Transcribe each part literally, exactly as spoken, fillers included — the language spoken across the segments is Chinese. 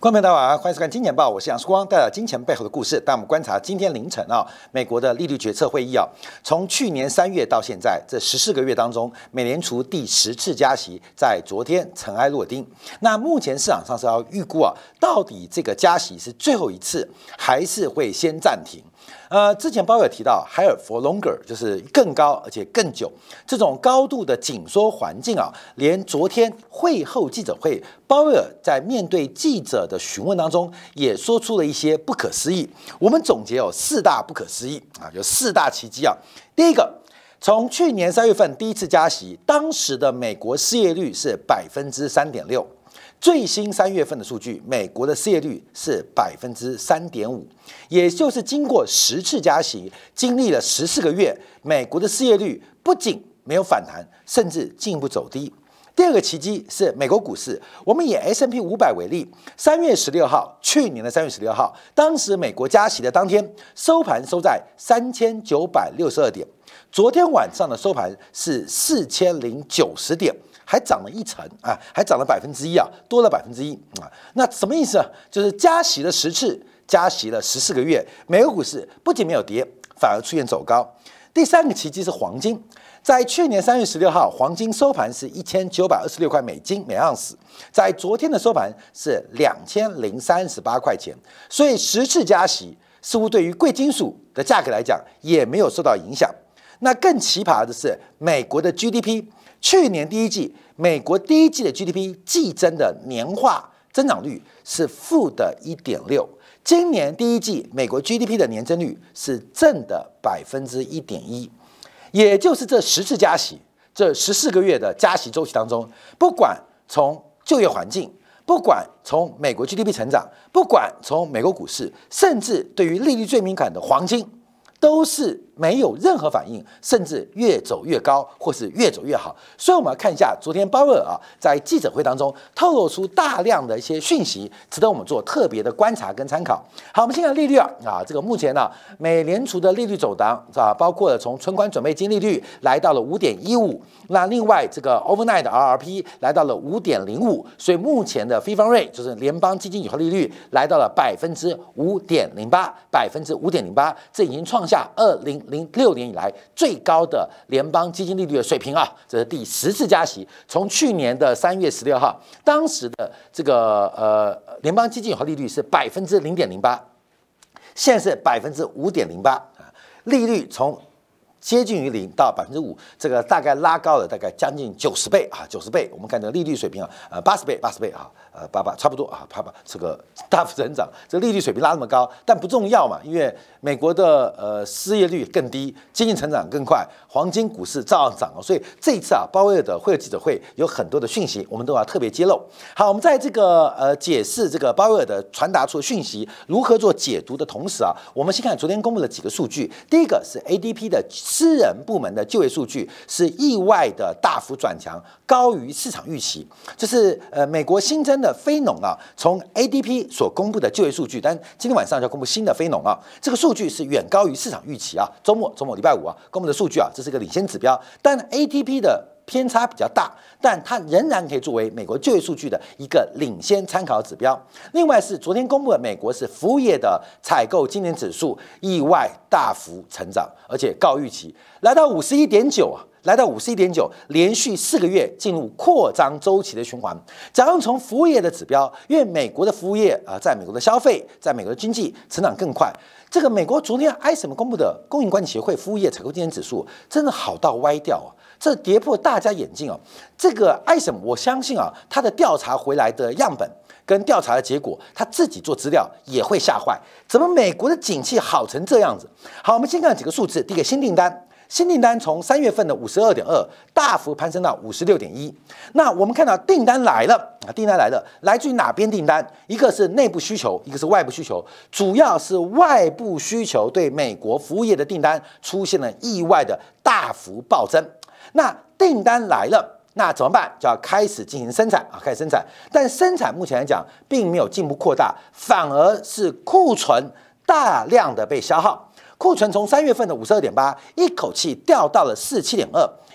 观众朋友大家好，欢迎收看《金钱报》，我是杨曙光，带来金钱背后的故事。带我们观察今天凌晨啊，美国的利率决策会议啊，从去年三月到现在这十四个月当中，美联储第十次加息在昨天尘埃落定。那目前市场上是要预估啊，到底这个加息是最后一次，还是会先暂停？呃，之前鲍威尔提到 higher for longer， 就是更高而且更久，这种高度的紧缩环境啊，连昨天会后记者会，鲍威尔在面对记者的询问当中，也说出了一些不可思议。我们总结有四大不可思议啊，有四大奇迹啊。第一个，从去年三月份第一次加息，当时的美国失业率是百分之三点六。最新三月份的数据，美国的失业率是百分之三点五，也就是经过十次加息，经历了十四个月，美国的失业率不仅没有反弹，甚至进一步走低。第二个奇迹是美国股市，我们以 S and P 五百为例，三月十六号，去年的三月十六号，当时美国加息的当天，收盘收在三千九百六十二点，昨天晚上的收盘是四千零九十点。还涨了一成啊，还涨了百分之一啊，多了百分之一啊。那什么意思啊？就是加息了十次，加息了十四个月，美国股市不仅没有跌，反而出现走高。第三个奇迹是黄金，在去年三月十六号，黄金收盘是一千九百二十六块美金每盎司，在昨天的收盘是两千零三十八块钱。所以十次加息似乎对于贵金属的价格来讲也没有受到影响。那更奇葩的是美国的 G D P。去年第一季，美国第一季的 G D P 季增的年化增长率是负的 一点六， 今年第一季美国 G D P 的年增率是正的 百分之一点一， 也就是这十次加息，这十四个月的加息周期当中，不管从就业环境，不管从美国 G D P 成长，不管从美国股市，甚至对于利率最敏感的黄金，都是没有任何反应，甚至越走越高，或是越走越好。所以我们要看一下昨天鲍威尔啊在记者会当中透露出大量的一些讯息，值得我们做特别的观察跟参考。好，我们先看利率啊，啊，这个目前呢、啊，美联储的利率走档啊，包括了从存款准备金利率来到了 五点一五， 那另外这个 overnight R R P 来到了 五点零五， 所以目前的 Fed Fund Rate 就是联邦基金有效利率来到了 百分之五点零八， 百分之五点零八， 这已经创下二零零六年以来最高的联邦基金利率的水平啊！这是第十次加息，从去年的三月十六号，当时的这个呃联邦基金有效利率是百分之零点零八，现在是百分之五点零八啊，利率从接近于零到百分之五，这个大概拉高了大概将近九十倍啊，九十倍。我们看这个利率水平啊，呃，八十倍，八十倍啊，呃，八八差不多啊，八八这个大幅增长，这利率水平拉那么高，但不重要嘛，因为美国的呃失业率更低，经济成长更快，黄金股市照样涨哦。所以这一次啊，鲍威尔的会后记者会有很多的讯息，我们都要特别揭露。好，我们在这个呃解释这个鲍威尔的传达出的讯息如何做解读的同时啊，我们先看昨天公布的几个数据。第一个是 A D P 的私人部门的就业数据是意外的大幅转强，高于市场预期。这是呃美国新增的非农啊，从 A D P 所公布的就业数据，但今天晚上就要公布新的非农啊，这个数据是远高于市场预期啊。周末周末礼拜五啊公布的数据啊，这是一个领先指标，但 A D P 的偏差比较大，但它仍然可以作为美国就业数据的一个领先参考指标。另外是昨天公布的美国是服务业的采购经理指数意外大幅成长，而且高预期，来到 五十一点九 啊。来到 五十一点九， 连续四个月进入扩张周期的循环。假如从服务业的指标，因为美国的服务业啊、呃，在美国的消费，在美国的经济成长更快。这个美国昨天 I S M 公布的供应管理协会服务业采购经理指数，真的好到歪掉啊！这跌破大家眼镜哦。这个 I S M 我相信啊，他的调查回来的样本跟调查的结果，他自己做资料也会吓坏。怎么美国的景气好成这样子？好，我们先看几个数字。第一个新订单。新订单从三月份的 五十二点二 大幅攀升到 五十六点一。那我们看到订单来了啊，订单来了，来自于哪边订单？一个是内部需求，一个是外部需求。主要是外部需求对美国服务业的订单出现了意外的大幅暴增。那订单来了，那怎么办？就要开始进行生产啊，开始生产。但生产目前来讲，并没有进一步扩大，反而是库存大量的被消耗。库存从三月份的 五十二点八 一口气掉到了 四十七点二，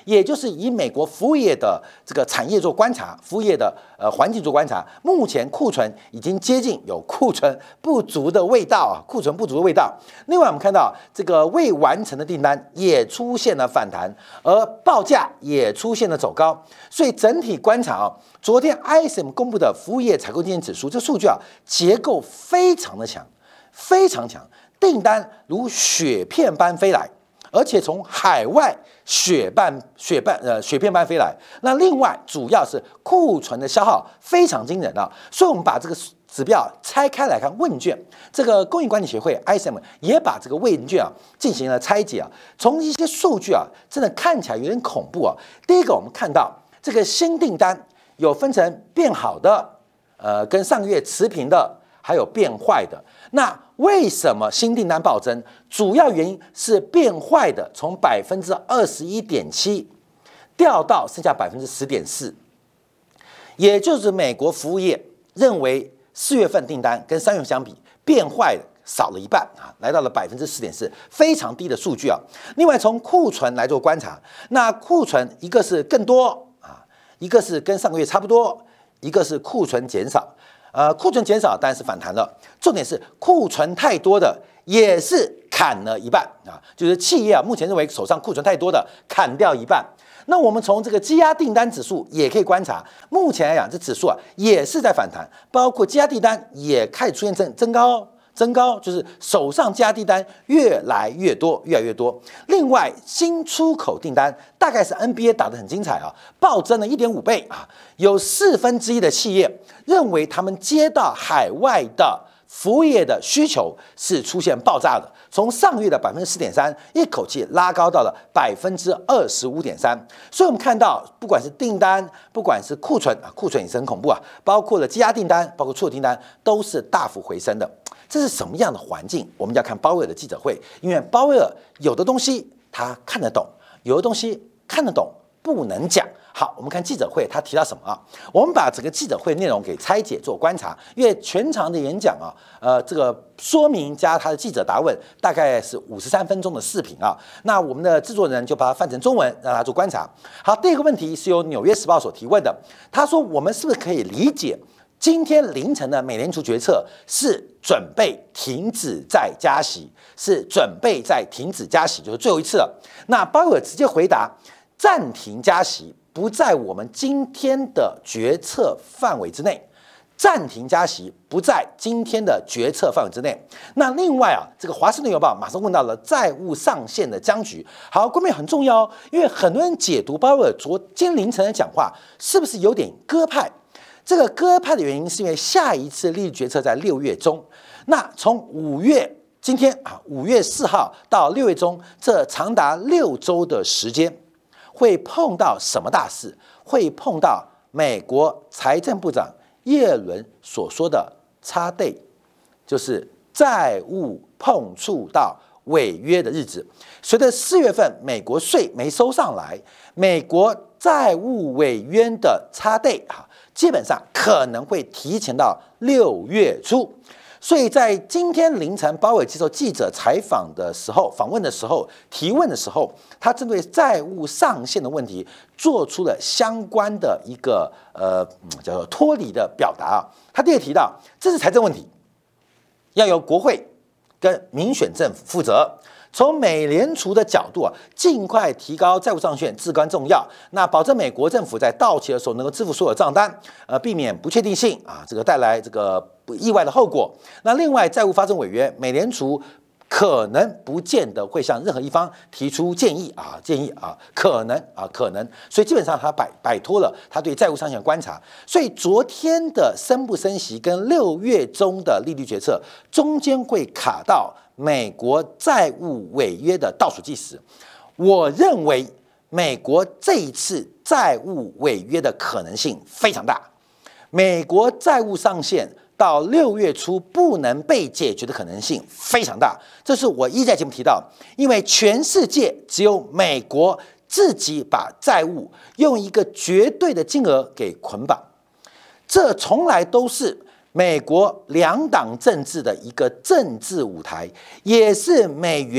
也就是以美国服务业的这个产业做观察，服务业的呃环境做观察，目前库存已经接近有库存不足的味道啊，库存不足的味道。另外，我们看到这个未完成的订单也出现了反弹，而报价也出现了走高，所以整体观察啊，昨天 I S M 公布的服务业采购经理指数，这数据啊结构非常的强，非常强，订单如雪片般飞来。而且从海外雪瓣雪瓣呃雪片般飞来，那另外主要是库存的消耗非常惊人啊，所以我们把这个指标拆开来看问卷，这个供应管理协会 I S M 也把这个问卷啊进行了拆解啊，从一些数据啊真的看起来有点恐怖啊。第一个我们看到这个新订单有分成变好的，呃跟上个月持平的，还有变坏的。那为什么新订单暴增？主要原因是变坏的从百分之二十一点七掉到剩下百分之十点四，也就是美国服务业认为四月份订单跟三月份相比变坏的少了一半啊，来到了百分之十点四，非常低的数据啊。另外从库存来做观察，那库存一个是更多啊，一个是跟上个月差不多，一个是库存减少。呃，库存减少当然是反弹了，重点是库存太多的也是砍了一半啊，就是企业啊目前认为手上库存太多的砍掉一半。那我们从这个积压订单指数也可以观察，目前来讲这指数啊也是在反弹，包括积压订单也开始出现增增高哦。增高就是手上积压订单越来越多，越来越多。另外，新出口订单大概是 N B A 打得很精彩啊，暴增了 一点五倍啊，有四分之一的企业认为他们接到海外的服务业的需求是出现爆炸的，从上月的百分之十点三一口气拉高到了百分之二十五点三。所以我们看到，不管是订单，不管是库存啊，库存也是很恐怖啊，包括了积压订单，包括出口订单，都是大幅回升的。这是什么样的环境？我们要看鲍威尔的记者会，因为鲍威尔有的东西他看得懂，有的东西看得懂不能讲。好，我们看记者会，他提到什么啊？我们把整个记者会内容给拆解做观察，因为全长的演讲啊，呃，这个说明加他的记者答问大概是五十三分钟的视频啊。那我们的制作人就把它翻成中文，让他做观察。好，第二个问题是由《纽约时报》所提问的，他说我们是不是可以理解？今天凌晨的美联储决策是准备停止再加息，是准备再停止加息，就是最后一次了。那鲍威尔直接回答：暂停加息不在我们今天的决策范围之内，暂停加息不在今天的决策范围之内。那另外啊，这个《华盛顿邮报》马上问到了债务上限的僵局。好，关键很重要哦，因为很多人解读鲍威尔昨天凌晨的讲话是不是有点鸽派？这个鸽派的原因是因为下一次利率决策在六月中，那从五月今天啊五月四号到六月中，这长达六周的时间，会碰到什么大事？会碰到美国财政部长耶伦所说的插队，就是债务碰触到违约的日子。随着四月份美国税没收上来，美国债务违约的插队啊。基本上可能会提前到六月初，所以在今天凌晨，鲍威尔接受记者采访的时候、访问的时候、提问的时候，他针对债务上限的问题做出了相关的一个呃叫做脱离的表达啊。他第二提到，这是财政问题，要由国会跟民选政府负责。从美联储的角度啊，尽快提高债务上限至关重要。那保证美国政府在到期的时候能够支付所有账单，呃，避免不确定性啊，这个带来这个不意外的后果。那另外，债务发生违约，美联储可能不见得会向任何一方提出建议啊，建议啊，可能啊，可能。所以基本上他摆摆脱了他对债务上限的观察。所以昨天的升不升息跟六月中的利率决策中间会卡到美国债务违约的倒数计时。我认为美国这一次债务违约的可能性非常大，美国债务上限到六月初不能被解决的可能性非常大，这是我一在节目提到，因为全世界只有美国自己把债务用一个绝对的金额给捆绑，这从来都是美国两党政治的一个政治舞台，也是美元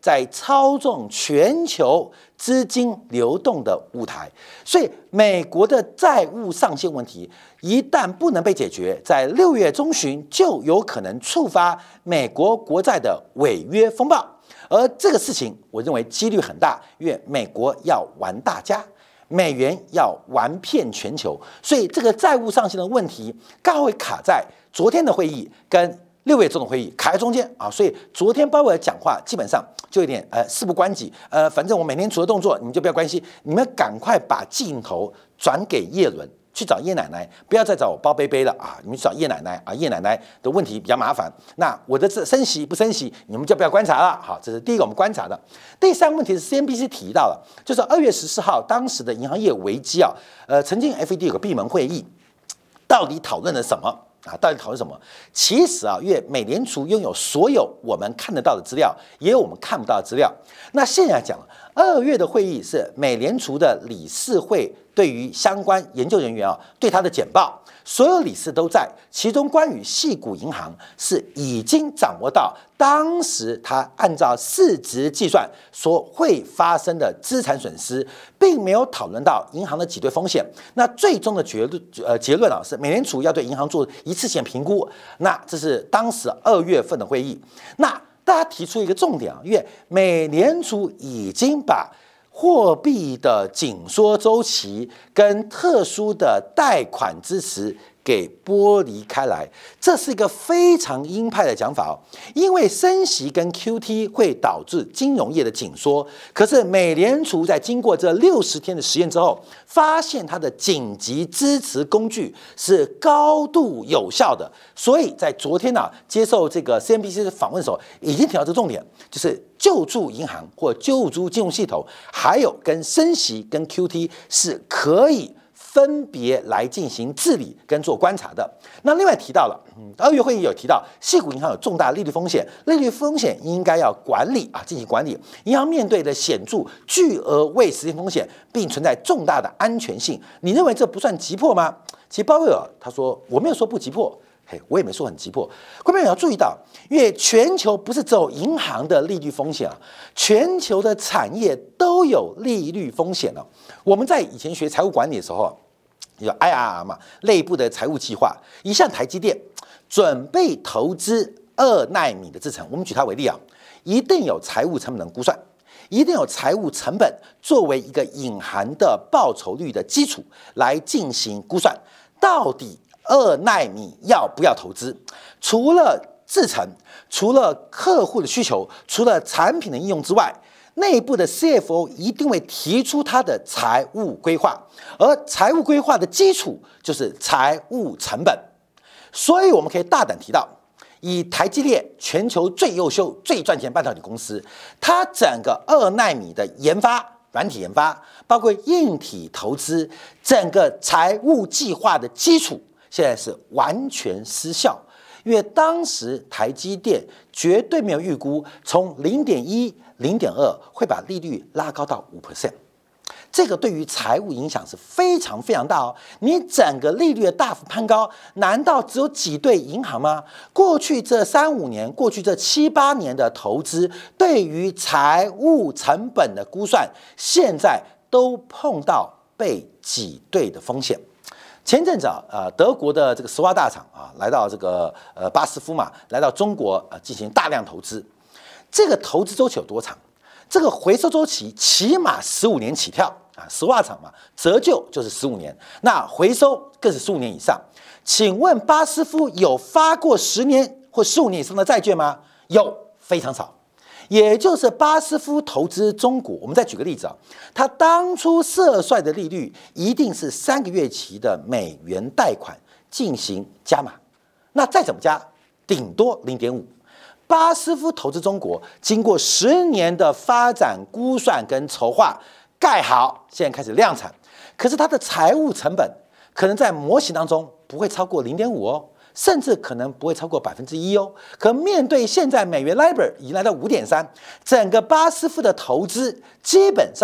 在操纵全球资金流动的舞台。所以，美国的债务上限问题一旦不能被解决，在六月中旬就有可能触发美国国债的违约风暴。而这个事情，我认为几率很大，因为美国要玩大家。美元要玩遍全球，所以这个债务上限的问题刚好会卡在昨天的会议跟六月中的会议卡在中间啊，所以昨天鲍威尔讲话基本上就有点呃事不关己，呃，反正我每天除了动作你们就不要关心，你们赶快把镜头转给叶伦。去找叶奶奶，不要再找我包贝贝了啊！你们去找叶奶奶啊，叶奶奶的问题比较麻烦。那我的这升息不升息，你们就不要观察了。好，这是第一个我们观察的。第三个问题是 C N B C 提到了，就是二月十四号当时的银行业危机啊，呃，曾经 F E D 有个闭门会议，到底讨论了什么啊？到底讨论什么？其实啊，因为美联储拥有所有我们看得到的资料，也有我们看不到的资料。那现在讲，二月的会议是美联储的理事会。对于相关研究人员啊，对他的简报，所有理事都在，其中关于矽谷银行是已经掌握到当时他按照市值计算所会发生的资产损失，并没有讨论到银行的挤兑风险。那最终的结论呃结论啊是美联储要对银行做一次性评估。那这是当时二月份的会议。那大家提出一个重点啊，因为美联储已经把货币的紧缩周期跟特殊的贷款支持给剥离开来，这是一个非常鹰派的讲法哦。因为升息跟 Q T 会导致金融业的紧缩，可是美联储在经过这六十天的实验之后，发现它的紧急支持工具是高度有效的，所以在昨天呢、啊、接受这个 C N B C 的访问的时候，已经提到这个重点，就是救助银行或救助金融系统，还有跟升息跟 Q T 是可以分别来进行治理跟做观察的。那另外提到了，嗯，二月会议有提到，矽谷银行有重大利率风险，利率风险应该要管理啊，进行管理。银行面对的显著巨额未实现风险，并存在重大的安全性。你认为这不算急迫吗？其实鲍威尔他说，我没有说不急迫。嘿，我也没说很急迫。观众朋友要注意到，因为全球不是只有银行的利率风险啊，全球的产业都有利率风险了、啊。我们在以前学财务管理的时候，有 I R R 嘛，内部的财务计划。一项台积电准备投资二奈米的制程，我们举它为例啊，一定有财务成本的估算，一定有财务成本作为一个隐含的报酬率的基础来进行估算，到底二奈米要不要投资？除了制程，除了客户的需求，除了产品的应用之外，内部的 C F O 一定会提出他的财务规划，而财务规划的基础就是财务成本。所以我们可以大胆提到，以台积电全球最优秀、最赚钱半导体公司，它整个二奈米的研发。软体研发，包括硬体投资，整个财务计划的基础现在是完全失效，因为当时台积电绝对没有预估从零点一、零点二会把利率拉高到五 percent。这个对于财务影响是非常非常大哦！你整个利率的大幅攀高，难道只有挤兑银行吗？过去这三五年，过去这七八年的投资，对于财务成本的估算，现在都碰到被挤兑的风险。前阵子啊，呃，德国的这个石化大厂啊，来到这个呃巴斯夫嘛，来到中国啊、呃、进行大量投资。这个投资周期有多长？这个回收周期起码十五年起跳啊，石化厂嘛，折旧就是十五年，那回收更是十五年以上。请问巴斯夫有发过十年或十五年以上的债券吗？有，非常少。也就是巴斯夫投资中国，我们再举个例子啊，他当初设算的利率一定是三个月期的美元贷款进行加码，那再怎么加，顶多零点五。巴斯夫投资中国，经过十年的发展、估算跟筹划，盖好，现在开始量产。可是它的财务成本可能在模型当中不会超过零点五哦，甚至可能不会超过百分之一哦。可面对现在美元 LIBOR 已经来到五点三，整个巴斯夫的投资基本上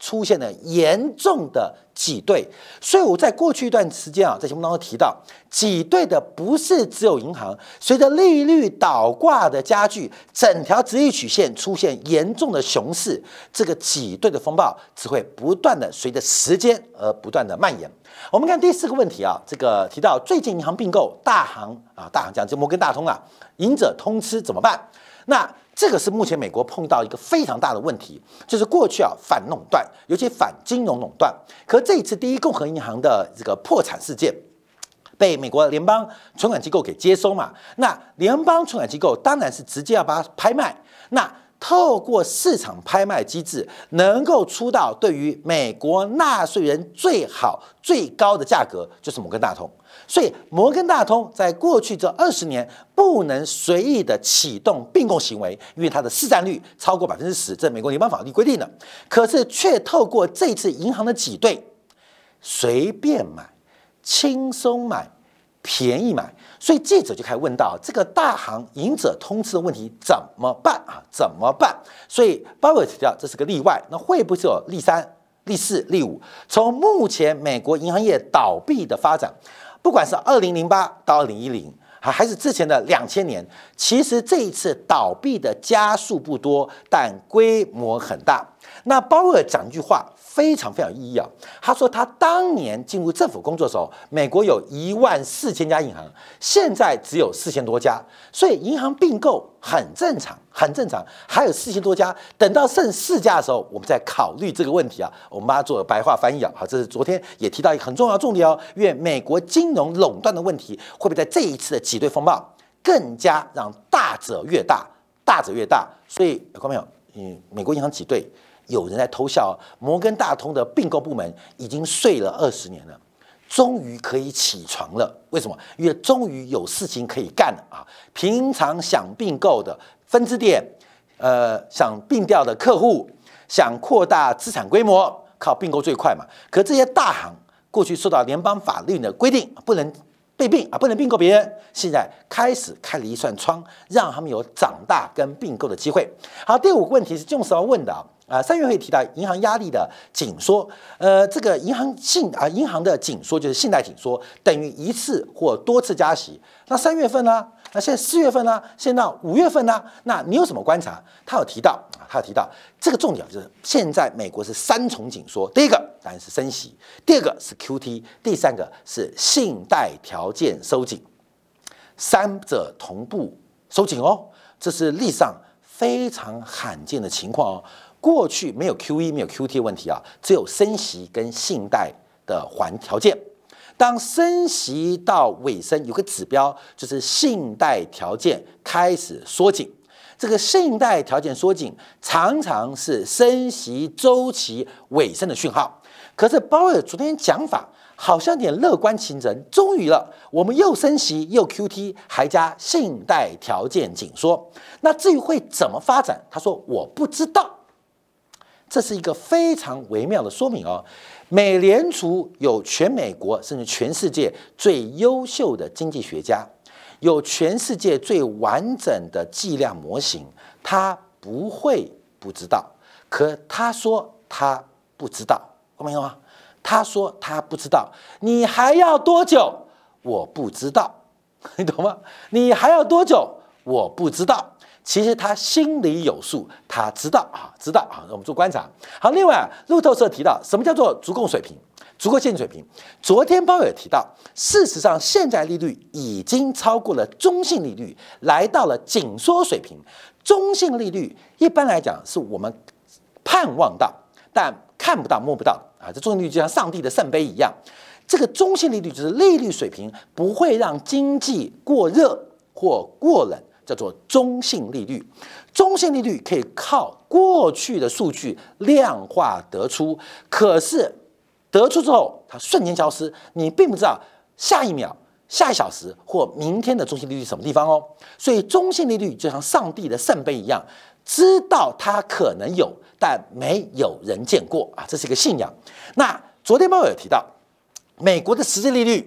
出现了严重的挤兑，所以我在过去一段时间啊，在节目当中提到，挤兑的不是只有银行，随着利率倒挂的加剧，整条直率曲线出现严重的熊市，这个挤兑的风暴只会不断的随着时间而不断的蔓延。我们看第四个问题啊，这个提到最近银行并购大行啊，大行讲就摩根大通啊，赢者通吃怎么办？那这个是目前美国碰到一个非常大的问题，就是过去啊反垄断，尤其反金融垄断。可这一次第一共和银行的这个破产事件，被美国联邦存款机构给接收嘛，那联邦存款机构当然是直接要把它拍卖。那透过市场拍卖机制，能够出到对于美国纳税人最好最高的价格，就是摩根大通。所以摩根大通在过去这二十年不能随意的启动并购行为，因为它的市占率超过百分之十，这美国联邦法律规定的。可是却透过这次银行的挤兑，随便买、轻松买、便宜买，所以记者就开始问到这个大行赢者通吃的问题怎么办啊？怎么办？所以鲍威尔提到这是个例外，那会不会有例三、例四、例五？从目前美国银行业倒闭的发展，不管是二零零八到二零一零，还是之前的两千年，其实这一次倒闭的家数不多，但规模很大。那鲍威尔讲一句话非常非常有意义啊，他说他当年进入政府工作的时候，美国有一万四千家银行，现在只有四千多家，所以银行并购很正常，很正常。还有四千多家，等到剩四家的时候，我们再考虑这个问题啊。我们把它做白话翻译啊，好，这是昨天也提到一个很重要的重点哦，因为美国金融垄断的问题会不会在这一次的挤兑风暴更加让大者越大，大者越大。所以，观众朋友，嗯，美国银行挤兑。有人在偷笑，摩根大通的并购部门已经睡了二十年了，终于可以起床了。为什么？因为终于有事情可以干了啊！平常想并购的分支店，呃，想并掉的客户，想扩大资产规模，靠并购最快嘛。可这些大行过去受到联邦法律的规定，不能被并啊，不能并购别人。现在开始开了一扇窗，让他们有长大跟并购的机会。好，第五个问题是金融时报问的啊。啊，三月会提到银行压力的紧缩，呃，这个银行信啊，银行的紧缩就是信贷紧缩，等于一次或多次加息。那三月份呢？那现在四月份呢？现在到五月份呢？那你有什么观察？他有提到啊，他有提到这个重点就是现在美国是三重紧缩，第一个当然是升息，第二个是 Q T， 第三个是信贷条件收紧，三者同步收紧哦，这是历史上非常罕见的情况哦。过去没有 Q E 没有 Q T 的问题啊，只有升息跟信贷的还条件。当升息到尾声，有个指标就是信贷条件开始缩紧。这个信贷条件缩紧常常是升息周期尾声的讯号。可是鲍威尔昨天讲法好像有点乐观其成，终于了，我们又升息又 Q T， 还加信贷条件紧缩。那至于会怎么发展，他说我不知道。这是一个非常微妙的说明哦。美联储有全美国甚至全世界最优秀的经济学家，有全世界最完整的计量模型，他不会不知道。可他说他不知道，看到没有啊？他说他不知道，你还要多久？我不知道，你懂吗？你还要多久？我不知道。其实他心里有数，他知道啊，知道啊。我们做观察。好，另外路透社提到什么叫做足够水平、足够现金水平？昨天鲍威尔提到，事实上现在利率已经超过了中性利率，来到了紧缩水平。中性利率一般来讲是我们盼望到，但看不到、摸不到啊。这中性利率就像上帝的圣杯一样。这个中性利率就是利率水平不会让经济过热或过冷。叫做中性利率，中性利率可以靠过去的数据量化得出，可是得出之后它瞬间消失，你并不知道下一秒、下一小时或明天的中性利率什么地方哦。所以中性利率就像上帝的圣杯一样，知道它可能有，但没有人见过啊，这是一个信仰。那昨天鲍威尔提到，美国的实质利率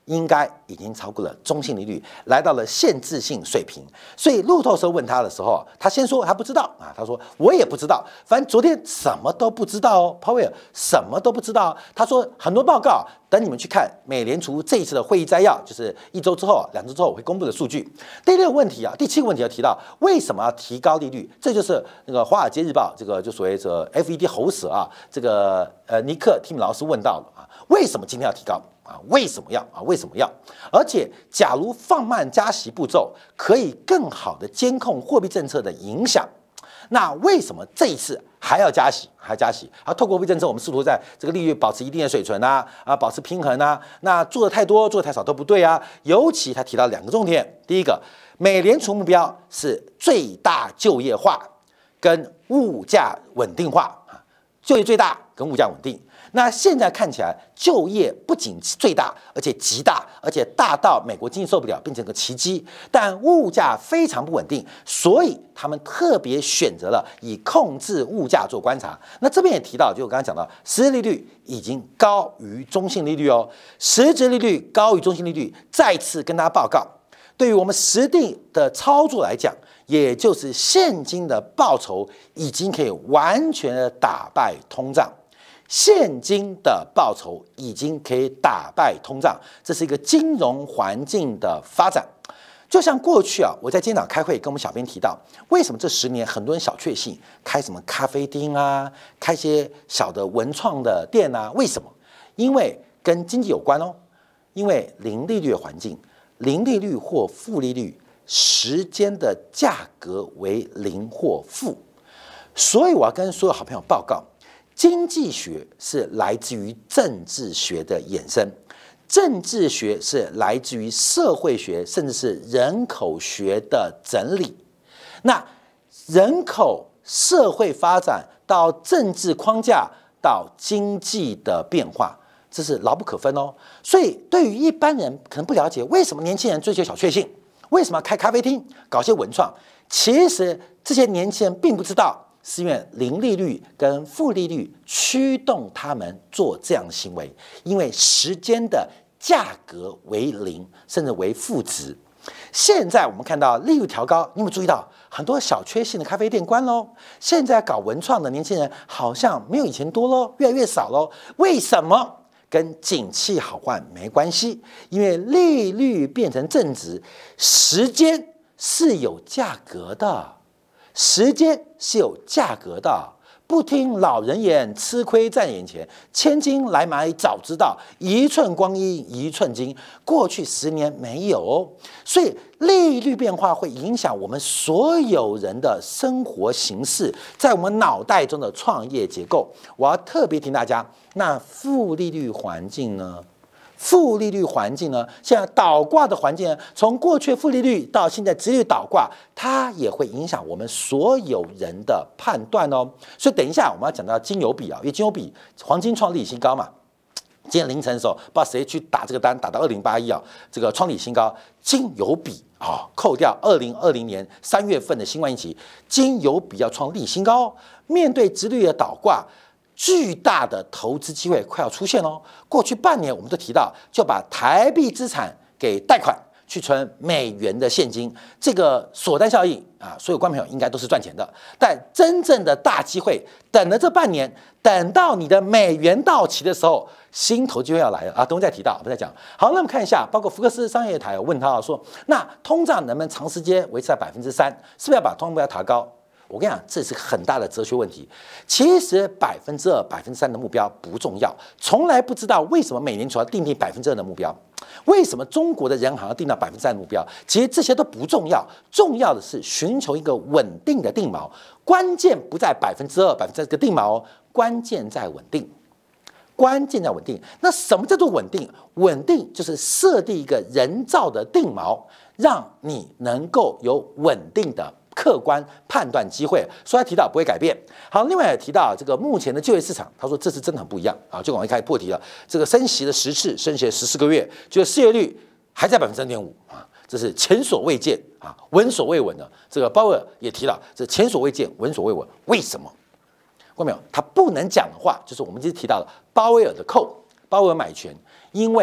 应该已经超过了中性利率，来到了限制性水平。所以路透社问他的时候，他先说他不知道啊，他说我也不知道，反正昨天什么都不知道哦，鲍威尔什么都不知道。他说很多报告，等你们去看美联储这一次的会议摘要，就是一周之后、两周之后会公布的数据。第六个问题啊，第七个问题要提到为什么要提高利率，这就是那个《华尔街日报》这个就所谓这 F E D 喉舌啊，这个呃尼克蒂姆劳斯问到了啊，为什么今天要提高？啊，为什么要啊？为什么要？而且，假如放慢加息步骤，可以更好的监控货币政策的影响。那为什么这一次还要加息？还要加息？啊，透过货币政策，我们试图在这个利率保持一定的水准啊，啊，保持平衡啊。那做的太多，做的太少都不对啊。尤其他提到两个重点，第一个，美联储目标是最大就业化跟物价稳定化啊，就业最大跟物价稳定。那现在看起来，就业不仅最大，而且极大，而且大到美国经济受不了，变成个奇迹。但物价非常不稳定，所以他们特别选择了以控制物价做观察。那这边也提到，就我刚才讲到，实质利率已经高于中性利率哦，实质利率高于中性利率。再次跟大家报告，对于我们实地的操作来讲，也就是现金的报酬已经可以完全的打败通胀。现金的报酬已经可以打败通胀，这是一个金融环境的发展。就像过去啊，我在今天早上开会跟我们小编提到，为什么这十年很多人小确幸开什么咖啡厅啊，开一些小的文创的店啊？为什么？因为跟经济有关哦。因为零利率的环境，零利率或负利率，时间的价格为零或负，所以我要跟所有好朋友报告。经济学是来自于政治学的衍生，政治学是来自于社会学，甚至是人口学的整理。那人口、社会发展到政治框架到经济的变化，这是牢不可分哦。所以，对于一般人可能不了解，为什么年轻人追求小确幸，为什么要开咖啡厅、搞些文创？其实这些年轻人并不知道。是因为零利率跟负利率驱动他们做这样的行为，因为时间的价格为零，甚至为负值。现在我们看到利率调高，你有没有注意到很多小确幸的咖啡店关喽？现在搞文创的年轻人好像没有以前多喽，越来越少喽。为什么？跟景气好坏没关系，因为利率变成正值，时间是有价格的。时间是有价格的，不听老人言，吃亏在眼前。千金来买早知道，一寸光阴一寸金。过去十年没有，所以利率变化会影响我们所有人的生活形式，在我们脑袋中的创业结构。我要特别提大家，那负利率环境呢？负利率环境呢，现在倒挂的环境呢，从过去负利率到现在殖利率倒挂，它也会影响我们所有人的判断哦。所以等一下我们要讲到金油比啊，因为金油比黄金创历史新高嘛。今天凌晨的时候，不知道谁去打这个单，打到二零八一啊，这个创历史新高，金油比啊，扣掉二零二零年三月份的新冠疫情，金油比要创历史新高哦。面对殖利率的倒挂。巨大的投资机会快要出现哦！过去半年我们都提到，就把台币资产给贷款去存美元的现金，这个锁单效应啊，所有观众朋友应该都是赚钱的。但真正的大机会，等了这半年，等到你的美元到期的时候，新投机会要来了啊！等会再提到，我们再讲。好，那么看一下，包括福克斯商业台有问他说，那通胀能不能长时间维持在百分之三？是不是要把通胀目标调高？我跟你讲，这是个很大的哲学问题。其实百分之二、百分之三的目标不重要，从来不知道为什么美联储要定定百分之二的目标，为什么中国的人行要定到百分之三的目标。其实这些都不重要，重要的是寻求一个稳定的定锚。关键不在百分之二、百分之三这个定锚哦，关键在稳定。关键在稳定。那什么叫做稳定？稳定就是设定一个人造的定锚，让你能够有稳定的。客观判断机会，所以他提到不会改变。好，另外也提到这个目前的就业市场，他说这次真的很不一样啊。就我一开始破题了，这个升息了十次，升息了十四个月，就失业率还在百分之三点五啊，这是前所未见啊，闻所未闻的。这个鲍威尔也提到，这前所未见，闻所未闻。为什么？看到没有？他不能讲的话，就是我们今天提到的鲍威尔的扣，鲍威尔买权，因为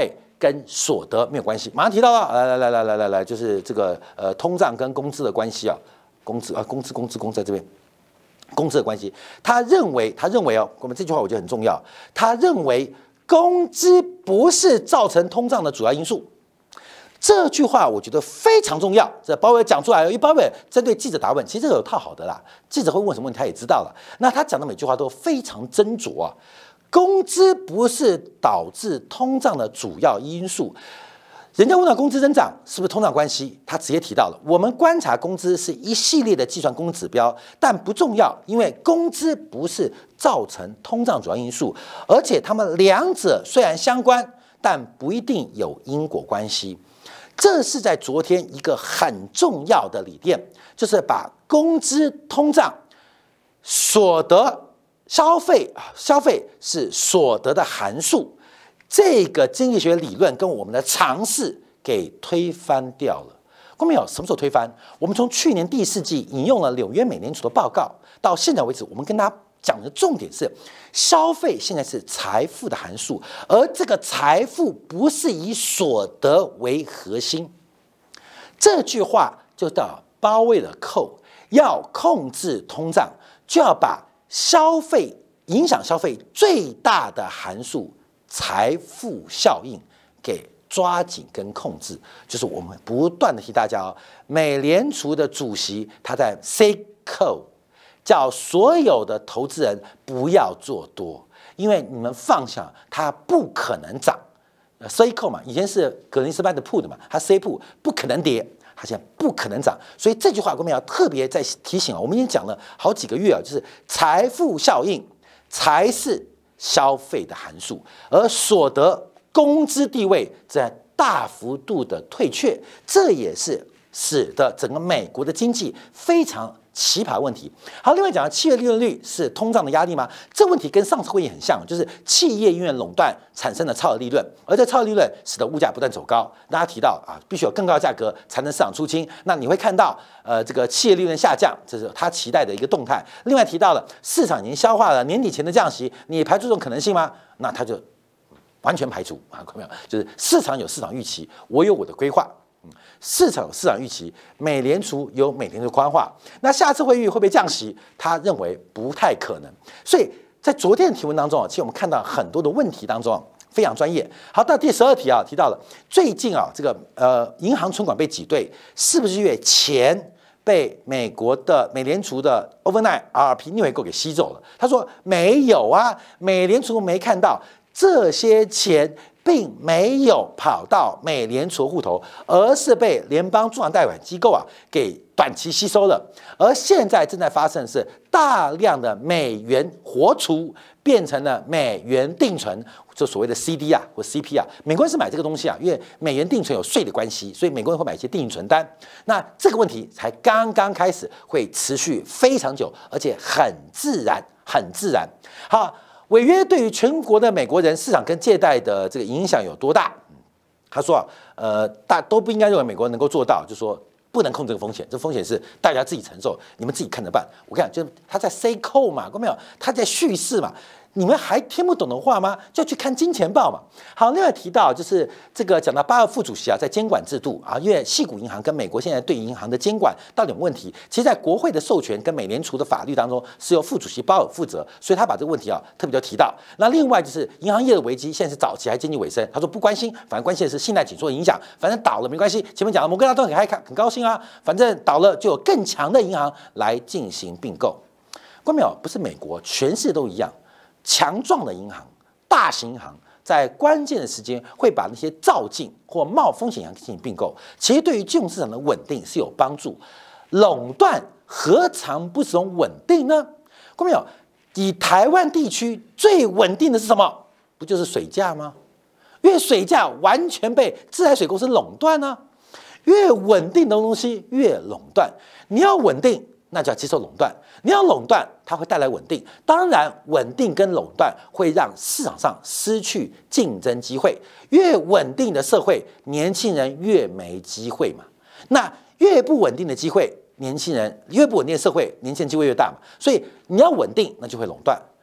跟所得没有关系。马上提到了，来来来来来来来，就是这个呃通胀跟工资的关系啊，工资啊工资工资工资在这边，工资的关系。他认为他认为哦，我们这句话我觉得很重要，他认为工资不是造成通胀的主要因素。这句话我觉得非常重要，这鲍威尔讲出来了，因为鲍威尔针对记者答问，其实这个有套好的啦，记者会问什么问题他也知道了。那他讲的每句话都非常斟酌啊，工资不是导致通胀的主要因素。人家问到工资增长是不是通胀关系，他直接提到了，我们观察工资是一系列的计算工资指标，但不重要，因为工资不是造成通胀主要因素，而且他们两者虽然相关，但不一定有因果关系。这是在昨天一个很重要的理念，就是把工资通胀、所得、消费，消费是所得的函数，这个经济学理论跟我们的常识给推翻掉了。观众朋友，什么时候推翻？我们从去年第四季引用了纽约美联储的报告，到现在为止，我们跟大家讲的重点是，消费现在是财富的函数，而这个财富不是以所得为核心。这句话就到鲍威尔扣，要控制通胀，就要把消费影响消费最大的函数财富效应给抓紧跟控制。就是我们不断的提大家哦，美联储的主席他在 say call。叫所有的投资人不要做多，因为你们放下它不可能涨。C call 嘛，以前是格林斯潘的 put 嘛，它 C put 不可能跌，它现在不可能涨。所以这句话我们要特别再提醒啊，我们已经讲了好几个月啊，就是财富效应才是消费的函数，而所得、工资地位在大幅度的退却，这也是使得整个美国的经济非常奇葩问题。好，另外讲，企业利润率是通胀的压力吗？这问题跟上次会议很像，就是企业因为垄断产生的超额利润，而这超额利润使得物价不断走高。大家提到啊，必须有更高的价格才能市场出清。那你会看到，呃，这个企业利润下降，这是他期待的一个动态。另外提到了市场已经消化了年底前的降息，你排除这种可能性吗？那他就完全排除啊，看到没有？就是市场有市场预期，我有我的规划。市场有市场预期，美联储有美联储宽化，那下次会议会不会降息？他认为不太可能。所以在昨天的提问当中啊，其实我们看到很多的问题当中非常专业。好，到第十二题啊，提到了最近啊，这个呃银行存款被挤兑，是不是因为钱被美国的美联储的 overnight R R P 逆回购给吸走了？他说没有啊，美联储没看到这些钱。并没有跑到美联储户头，而是被联邦住房贷款机构啊给短期吸收了。而现在正在发生的是大量的美元活储变成了美元定存，就所谓的 C D 啊或 C P 啊。美国人是买这个东西啊，因为美元定存有税的关系，所以美国人会买一些定存单。那这个问题才刚刚开始，会持续非常久，而且很自然，很自然。好。违约对于全国的美国人市场跟借贷的这个影响有多大？他说啊，呃，大都不应该认为美国人能够做到，就说不能控制这个风险，这风险是大家自己承受，你们自己看着办。我跟你讲，就是他在 say call 嘛，看到没有？他在叙事嘛。你们还听不懂的话吗？就去看金钱报嘛。好，另外提到就是这个讲到巴尔副主席啊，在监管制度啊，因为矽谷银行跟美国现在对银行的监管到底有问题，其实在国会的授权跟美联储的法律当中是由副主席鲍尔负责，所以他把这个问题啊特别就提到。那另外就是银行业的危机，现在是早期还经济尾声，他说不关心，反正关心的是信贷紧缩的影响，反正倒了没关系。前面讲了摩根大通很嗨看很高兴啊，反正倒了就有更强的银行来进行并购。关没有？不是美国，全世界都一样。强壮的银行、大型银行在关键的时间会把那些躁进或冒风险银行进行并购，其实对于金融市场的稳定是有帮助。垄断何尝不是种稳定呢？看到没有？以台湾地区最稳定的是什么？不就是水价吗？因为水价完全被自来水公司垄断呢、啊。越稳定的东西越垄断，你要稳定。那就要接受垄断，你要垄断，它会带来稳定。当然，稳定跟垄断会让市场上失去竞争机会。越稳定的社会，年轻人越没机会嘛。那越不稳定的机会，年轻人越不稳定的社会，年轻人机会越大嘛。所以你要稳定，那就会垄断。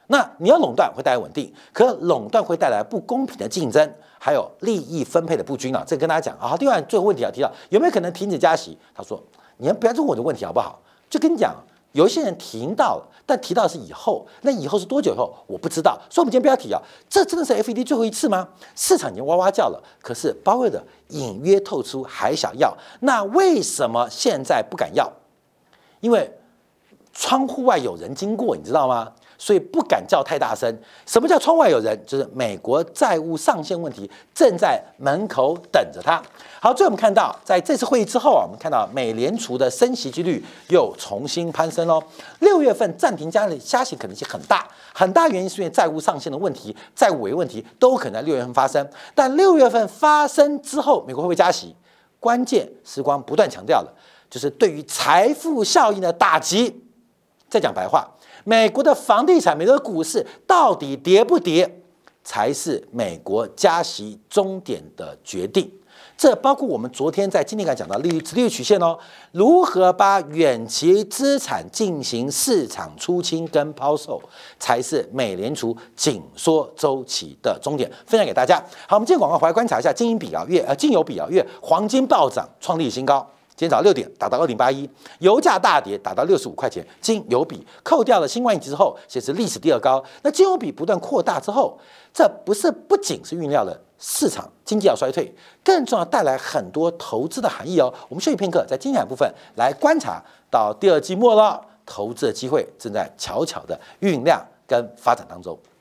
那你要垄断会带来稳定，可垄断会带来不公平的竞争，还有利益分配的不均啊。这跟大家讲啊。另外最后问题要提到，有没有可能停止加息？他说，你们不要问我的问题好不好？就跟你讲，有一些人停到了，但提到的是以后，那以后是多久以后我不知道。所以我们今天不要提啊，这真的是 F E D 最后一次吗？市场已经哇哇叫了，可是鲍威尔隐约透出还想要，那为什么现在不敢要？因为窗户外有人经过，你知道吗？所以不敢叫太大声。什么叫窗外有人？就是美国债务上限问题正在门口等着他。好，最后我们看到，在这次会议之后啊，我们看到美联储的升息几率又重新攀升喽。六月份暂停加加息可能性很大，很大原因是因为债务上限的问题、债务违约问题都可能在六月份发生。但六月份发生之后，美国会不会加息？关键时光不断强调了，就是对于财富效应的打击。再讲白话，美国的房地产、美国的股市到底跌不跌，才是美国加息终点的决定。这包括我们昨天在今天讲到利率、殖利率曲线哦，如何把远期资产进行市场出清跟抛售，才是美联储紧缩周期的终点。分享给大家。好，我们今天广告回来观察一下金银比啊，月呃金油比啊，月黄金暴涨创历史新高。今天早上六点达到二零八一，油价大跌达到六十五块钱，金油比扣掉了新冠疫情之后，显示历史第二高。那金油比不断扩大之后，这不是不仅是预料了市场经济要衰退，更重要带来很多投资的含义哦。我们休息片刻，在精彩部分来观察到第二季末了，投资的机会正在悄悄的酝酿跟发展当中。